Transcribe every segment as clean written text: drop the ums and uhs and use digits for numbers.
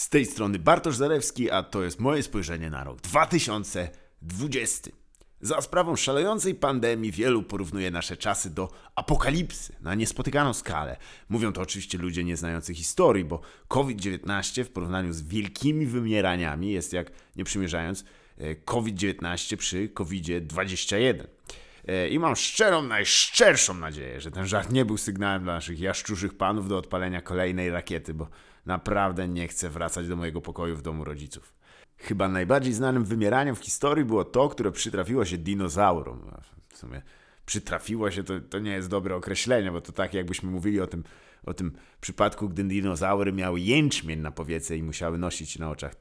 Z tej strony Bartosz Zalewski, a to jest moje spojrzenie na rok 2020. Za sprawą szalejącej pandemii wielu porównuje nasze czasy do apokalipsy na niespotykaną skalę. Mówią to oczywiście ludzie nie znający historii, bo COVID-19 w porównaniu z wielkimi wymieraniami jest jak, nie przymierzając, COVID-19 przy COVID-21. I mam najszczerszą nadzieję, że ten żart nie był sygnałem dla naszych jaszczurzych panów do odpalenia kolejnej rakiety, bo naprawdę nie chcę wracać do mojego pokoju w domu rodziców. Chyba najbardziej znanym wymieraniem w historii było to, które przytrafiło się dinozaurom. W sumie przytrafiło się to nie jest dobre określenie, bo to tak jakbyśmy mówili o tym przypadku, gdy dinozaury miały jęczmień na powiece i musiały nosić na oczach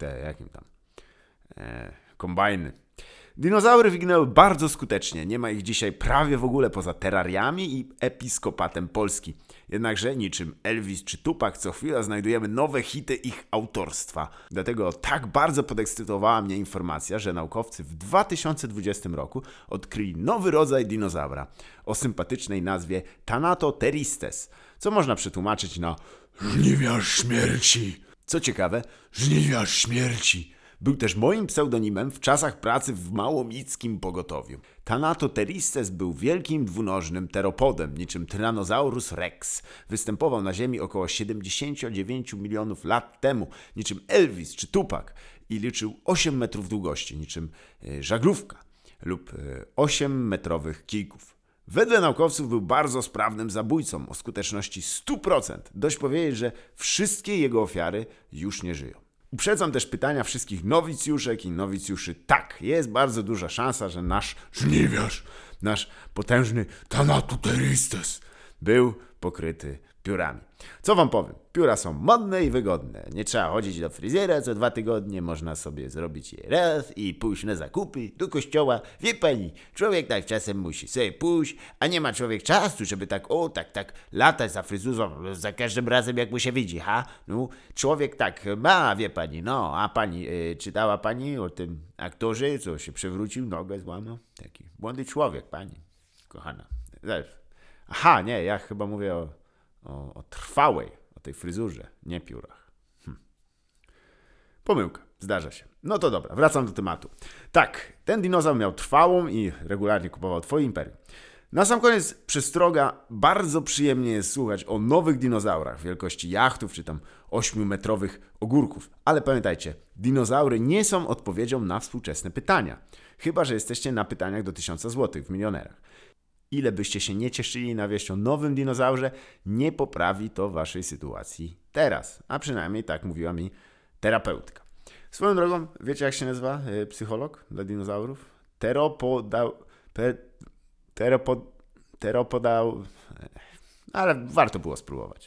kombajny. Dinozaury wyginęły bardzo skutecznie. Nie ma ich dzisiaj prawie w ogóle poza terrariami i episkopatem Polski. Jednakże niczym Elvis czy Tupac co chwila znajdujemy nowe hity ich autorstwa. Dlatego tak bardzo podekscytowała mnie informacja, że naukowcy w 2020 roku odkryli nowy rodzaj dinozaura o sympatycznej nazwie Thanatotheristes, co można przetłumaczyć na żniwiarz śmierci. Co ciekawe, żniwiarz śmierci był też moim pseudonimem w czasach pracy w małomickim pogotowiu. Thanatotheristes był wielkim dwunożnym teropodem, niczym Tyrannosaurus rex. Występował na Ziemi około 79 milionów lat temu, niczym Elvis czy Tupac i liczył 8 metrów długości, niczym żaglówka lub 8-metrowych kijków. Wedle naukowców był bardzo sprawnym zabójcą o skuteczności 100%. Dość powiedzieć, że wszystkie jego ofiary już nie żyją. Uprzedzam też pytania wszystkich nowicjuszek i nowicjuszy. Tak, jest bardzo duża szansa, że nasz żniwiarz, nasz potężny Thanatotheristes był pokryty piórami. Co wam powiem? Pióra są modne i wygodne. Nie trzeba chodzić do fryzjera co 2 tygodnie. Można sobie zrobić je raz i pójść na zakupy do kościoła. Wie pani, człowiek tak czasem musi sobie pójść, a nie ma człowiek czasu, żeby tak latać za fryzurą za każdym razem jak mu się widzi, ha? No, człowiek tak ma, wie pani, no, a pani, czytała pani o tym aktorze, co się przewrócił, nogę złamał? Taki młody człowiek, pani, kochana. Aha, nie, ja chyba mówię o trwałej, o tej fryzurze, nie piórach. Pomyłka, zdarza się. No to dobra, wracam do tematu. Tak, ten dinozaur miał trwałą i regularnie kupował twoje imperium. Na sam koniec przestroga, bardzo przyjemnie jest słuchać o nowych dinozaurach wielkości jachtów czy tam 8-metrowych ogórków. Ale pamiętajcie, dinozaury nie są odpowiedzią na współczesne pytania. Chyba że jesteście na pytaniach do 1000 zł w Milionerach. Ile byście się nie cieszyli na wieść o nowym dinozaurze, nie poprawi to waszej sytuacji teraz. A przynajmniej tak mówiła mi terapeutka. Swoją drogą, wiecie jak się nazywa psycholog dla dinozaurów? Teropodał... Ale warto było spróbować.